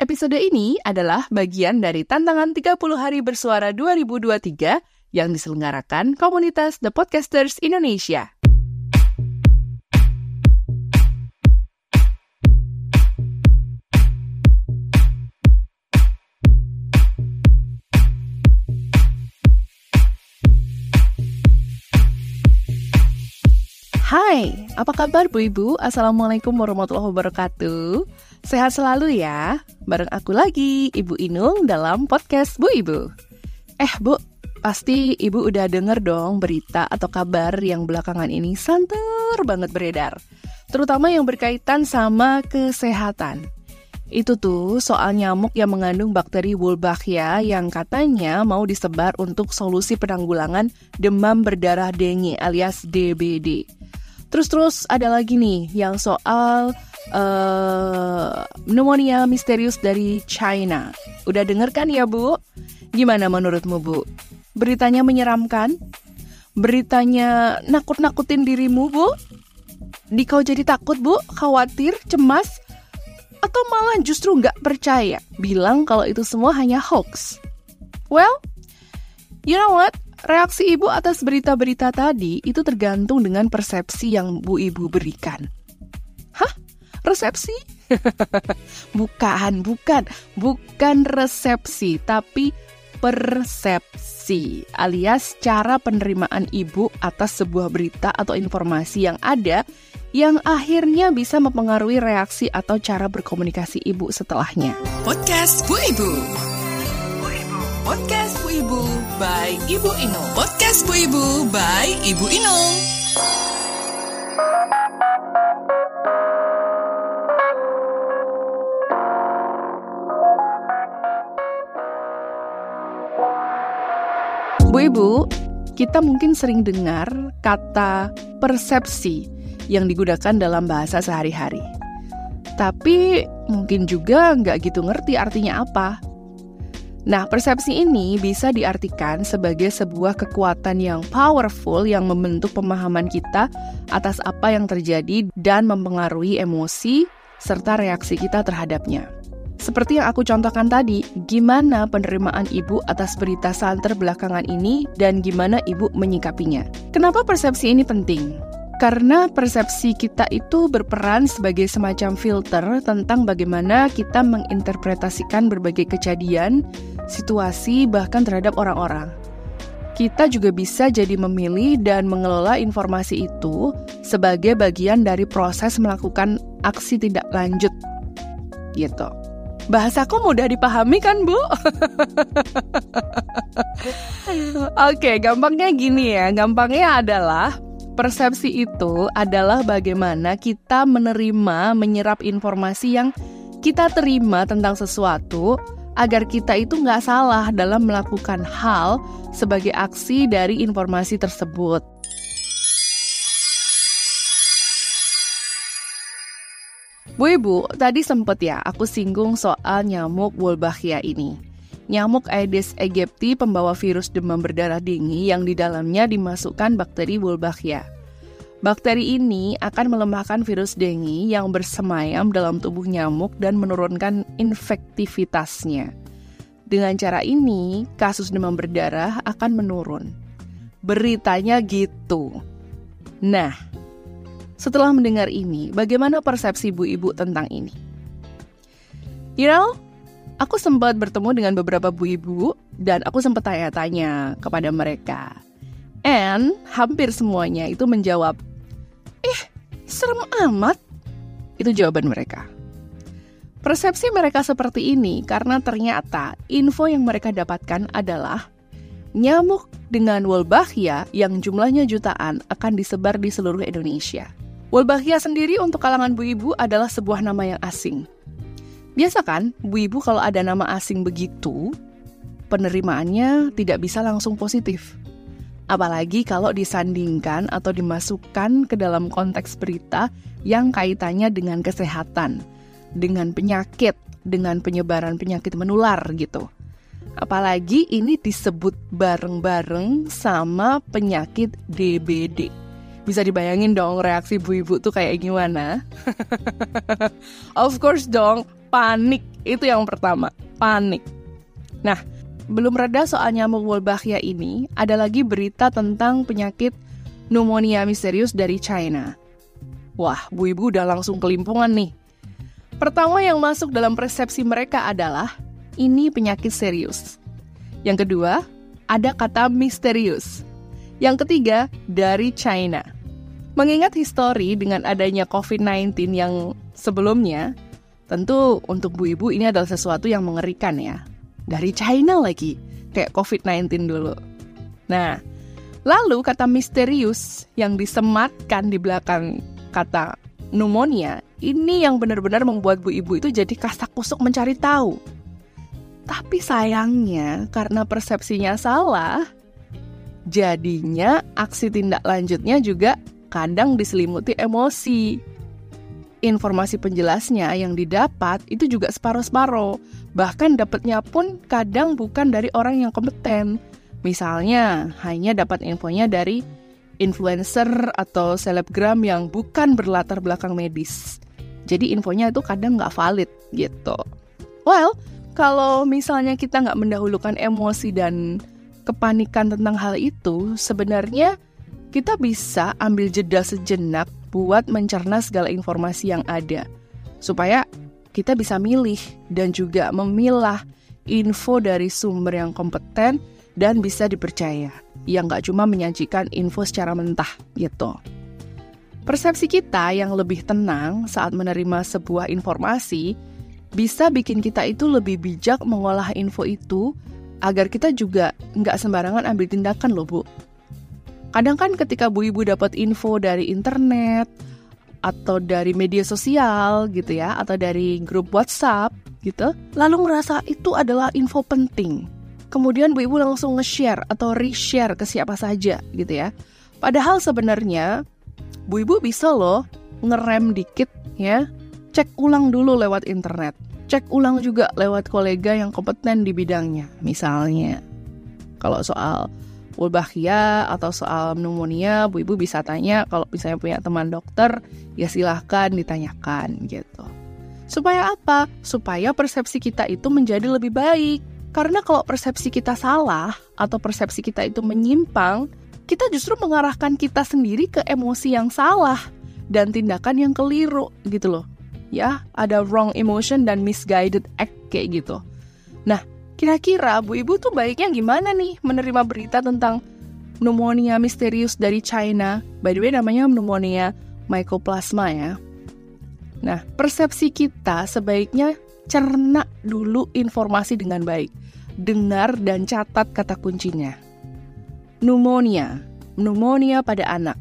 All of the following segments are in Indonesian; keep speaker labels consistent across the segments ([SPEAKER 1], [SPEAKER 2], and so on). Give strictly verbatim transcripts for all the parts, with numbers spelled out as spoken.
[SPEAKER 1] Episode ini adalah bagian dari tantangan tiga puluh hari bersuara dua ribu dua puluh tiga yang diselenggarakan komunitas The Podcasters Indonesia. Hai, apa kabar Bu Ibu? Assalamualaikum warahmatullahi wabarakatuh. Sehat selalu ya. Bareng aku lagi, Ibu Inung dalam podcast Bu Ibu. Eh Bu, pasti Ibu udah denger dong berita atau kabar yang belakangan ini santer banget beredar. Terutama yang berkaitan sama kesehatan. Itu tuh soal nyamuk yang mengandung bakteri Wolbachia yang katanya mau disebar untuk solusi penanggulangan demam berdarah dengue alias D B D. Terus-terus ada lagi nih yang soal uh, pneumonia misterius dari China. Udah denger kan ya Bu? Gimana menurutmu Bu? Beritanya menyeramkan? Beritanya nakut-nakutin dirimu Bu? Di kau jadi takut Bu? Khawatir? Cemas? Atau malah justru nggak percaya? Bilang kalau itu semua hanya hoax? Well, you know what? Reaksi Ibu atas berita-berita tadi itu tergantung dengan persepsi yang Bu Ibu berikan. Hah? Resepsi? bukan, bukan. Bukan resepsi, tapi persepsi. Alias cara penerimaan Ibu atas sebuah berita atau informasi yang ada yang akhirnya bisa mempengaruhi reaksi atau cara berkomunikasi Ibu setelahnya. Podcast Bu Ibu. Podcast Bu Ibu by Ibu Inung. Podcast Bu Ibu by Ibu Inung. Bu Ibu, kita mungkin sering dengar kata persepsi yang digunakan dalam bahasa sehari-hari. Tapi mungkin juga nggak gitu ngerti artinya apa. Nah, persepsi ini bisa diartikan sebagai sebuah kekuatan yang powerful yang membentuk pemahaman kita atas apa yang terjadi dan mempengaruhi emosi serta reaksi kita terhadapnya. Seperti yang aku contohkan tadi, gimana penerimaan Ibu atas berita santer belakangan ini dan gimana Ibu menyikapinya. Kenapa persepsi ini penting? Karena persepsi kita itu berperan sebagai semacam filter tentang bagaimana kita menginterpretasikan berbagai kejadian, situasi, bahkan terhadap orang-orang. Kita juga bisa jadi memilih dan mengelola informasi itu sebagai bagian dari proses melakukan aksi tindak lanjut. Gitu. Bahasaku mudah dipahami kan, Bu? Oke, gampangnya gini ya. Gampangnya adalah persepsi itu adalah bagaimana kita menerima, menyerap informasi yang kita terima tentang sesuatu agar kita itu nggak salah dalam melakukan hal sebagai aksi dari informasi tersebut. Bu Ibu, tadi sempet ya aku singgung soal nyamuk Wolbachia ini. Nyamuk Aedes aegypti pembawa virus demam berdarah dengue yang di dalamnya dimasukkan bakteri Wolbachia. Bakteri ini akan melemahkan virus dengue yang bersemayam dalam tubuh nyamuk dan menurunkan infektivitasnya. Dengan cara ini, kasus demam berdarah akan menurun. Beritanya gitu. Nah, setelah mendengar ini, bagaimana persepsi Bu Ibu tentang ini? You know, aku sempat bertemu dengan beberapa Bu Ibu dan aku sempat tanya-tanya kepada mereka. And hampir semuanya itu menjawab, "Eh, serem amat." Itu jawaban mereka. Persepsi mereka seperti ini karena ternyata info yang mereka dapatkan adalah nyamuk dengan Wolbachia yang jumlahnya jutaan akan disebar di seluruh Indonesia. Wolbachia sendiri untuk kalangan Bu Ibu adalah sebuah nama yang asing. Biasa kan, Bu Ibu kalau ada nama asing begitu, penerimaannya tidak bisa langsung positif. Apalagi kalau disandingkan atau dimasukkan ke dalam konteks berita yang kaitannya dengan kesehatan, dengan penyakit, dengan penyebaran penyakit menular gitu. Apalagi ini disebut bareng-bareng sama penyakit D B D. Bisa dibayangin dong reaksi Bu Ibu tuh kayak gimana? Of course dong, panik Itu yang pertama, panik. Nah, belum reda soal nyamuk Wolbachia ini, ada lagi berita tentang penyakit pneumonia misterius dari China. Wah, Bu Ibu udah langsung kelimpungan nih. Pertama yang masuk dalam persepsi mereka adalah, ini penyakit serius. Yang kedua, ada kata misterius. Yang ketiga, dari China. Mengingat histori dengan adanya covid sembilan belas yang sebelumnya, tentu untuk Bu Ibu ini adalah sesuatu yang mengerikan ya. Dari China lagi, kayak covid sembilan belas dulu. Nah, lalu kata misterius yang disematkan di belakang kata pneumonia, ini yang benar-benar membuat Bu Ibu itu jadi kasak-kusuk mencari tahu. Tapi sayangnya, karena persepsinya salah, jadinya aksi tindak lanjutnya juga kadang diselimuti emosi. Informasi penjelasnya yang didapat itu juga separuh-separuh. Bahkan dapatnya pun kadang bukan dari orang yang kompeten. Misalnya, hanya dapat infonya dari influencer atau selebgram yang bukan berlatar belakang medis. Jadi infonya itu kadang nggak valid gitu. Well, kalau misalnya kita nggak mendahulukan emosi dan kepanikan tentang hal itu, sebenarnya kita bisa ambil jeda sejenak buat mencerna segala informasi yang ada. Supaya kita bisa milih dan juga memilah info dari sumber yang kompeten dan bisa dipercaya. Yang nggak cuma menyajikan info secara mentah gitu. Persepsi kita yang lebih tenang saat menerima sebuah informasi bisa bikin kita itu lebih bijak mengolah info itu agar kita juga nggak sembarangan ambil tindakan loh Bu. Kadang kan ketika Bu Ibu dapat info dari internet atau dari media sosial gitu ya, atau dari grup WhatsApp gitu, lalu ngerasa itu adalah info penting. Kemudian Bu Ibu langsung nge-share atau re-share ke siapa saja gitu ya. Padahal sebenarnya Bu Ibu bisa loh ngerem dikit ya, cek ulang dulu lewat internet, cek ulang juga lewat kolega yang kompeten di bidangnya. Misalnya, kalau soal Wolbachia atau soal pneumonia, Bu Ibu bisa tanya, kalau misalnya punya teman dokter, ya silahkan ditanyakan gitu. Supaya apa? Supaya persepsi kita itu menjadi lebih baik. Karena kalau persepsi kita salah atau persepsi kita itu menyimpang, kita justru mengarahkan kita sendiri ke emosi yang salah dan tindakan yang keliru gitu loh. Ya, ada wrong emotion dan misguided act kayak gitu. Nah, kira-kira Bu Ibu tuh baiknya gimana nih menerima berita tentang pneumonia misterius dari China? By the way, namanya pneumonia mycoplasma ya. Nah, persepsi kita sebaiknya cerna dulu informasi dengan baik. Dengar dan catat kata kuncinya. Pneumonia, pneumonia pada anak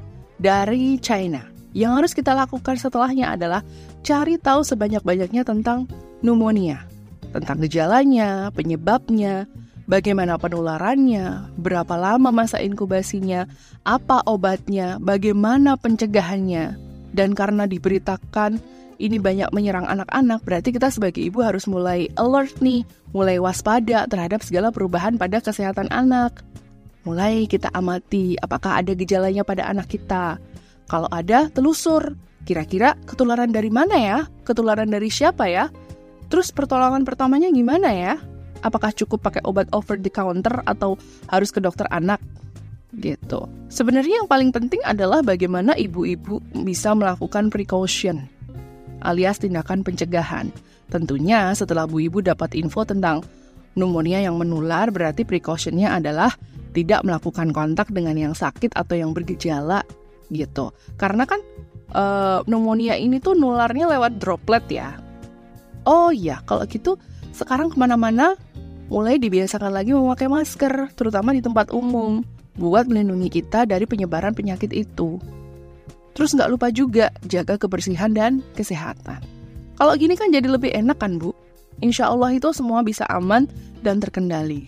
[SPEAKER 1] dari China. Yang harus kita lakukan setelahnya adalah cari tahu sebanyak-banyaknya tentang pneumonia. Tentang gejalanya, penyebabnya, bagaimana penularannya, berapa lama masa inkubasinya, apa obatnya, bagaimana pencegahannya. Dan karena diberitakan ini banyak menyerang anak-anak, berarti kita sebagai ibu harus mulai alert nih, mulai waspada terhadap segala perubahan pada kesehatan anak. Mulai kita amati apakah ada gejalanya pada anak kita. Kalau ada, telusur. Kira-kira ketularan dari mana ya? Ketularan dari siapa ya? Terus pertolongan pertamanya gimana ya? Apakah cukup pakai obat over the counter atau harus ke dokter anak? Gitu. Sebenarnya yang paling penting adalah bagaimana ibu-ibu bisa melakukan precaution alias tindakan pencegahan. Tentunya setelah Bu Ibu dapat info tentang pneumonia yang menular, berarti precautionnya adalah tidak melakukan kontak dengan yang sakit atau yang bergejala gitu. Karena kan e, pneumonia ini tuh nularnya lewat droplet ya. Oh iya, kalau gitu sekarang kemana-mana mulai dibiasakan lagi memakai masker, terutama di tempat umum, buat melindungi kita dari penyebaran penyakit itu. Terus nggak lupa juga jaga kebersihan dan kesehatan. Kalau gini kan jadi lebih enak kan Bu? Insya Allah itu semua bisa aman dan terkendali.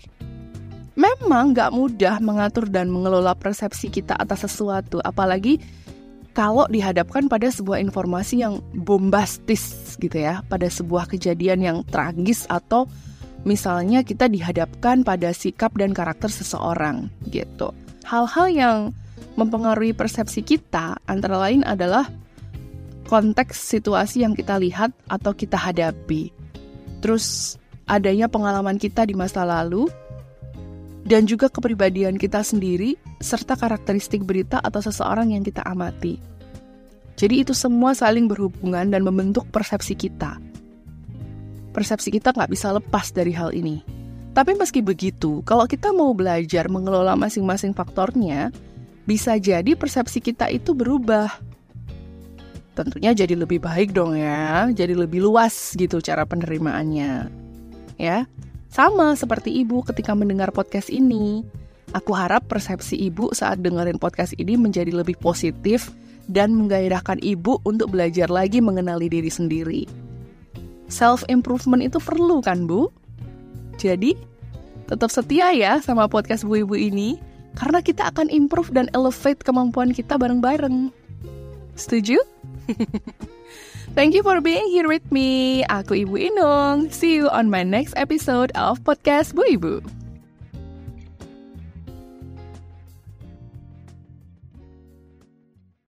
[SPEAKER 1] Memang nggak mudah mengatur dan mengelola persepsi kita atas sesuatu, apalagi kalau dihadapkan pada sebuah informasi yang bombastis gitu ya, pada sebuah kejadian yang tragis atau misalnya kita dihadapkan pada sikap dan karakter seseorang gitu. Hal-hal yang mempengaruhi persepsi kita antara lain adalah konteks situasi yang kita lihat atau kita hadapi. terus adanya pengalaman kita di masa lalu, dan juga kepribadian kita sendiri, serta karakteristik berita atau seseorang yang kita amati. Jadi itu semua saling berhubungan dan membentuk persepsi kita. Persepsi kita nggak bisa lepas dari hal ini. Tapi meski begitu, kalau kita mau belajar mengelola masing-masing faktornya, bisa jadi persepsi kita itu berubah. Tentunya jadi lebih baik dong ya, jadi lebih luas gitu cara penerimaannya. Ya, sama seperti ibu ketika mendengar podcast ini. Aku harap persepsi ibu saat dengerin podcast ini menjadi lebih positif dan menggairahkan ibu untuk belajar lagi mengenali diri sendiri. Self-improvement itu perlu kan, Bu? Jadi, tetap setia ya sama podcast Bu Ibu ini, karena kita akan improve dan elevate kemampuan kita bareng-bareng. Setuju? Thank you for being here with me. Aku Ibu Inung. See you on my next episode of podcast Bu Ibu.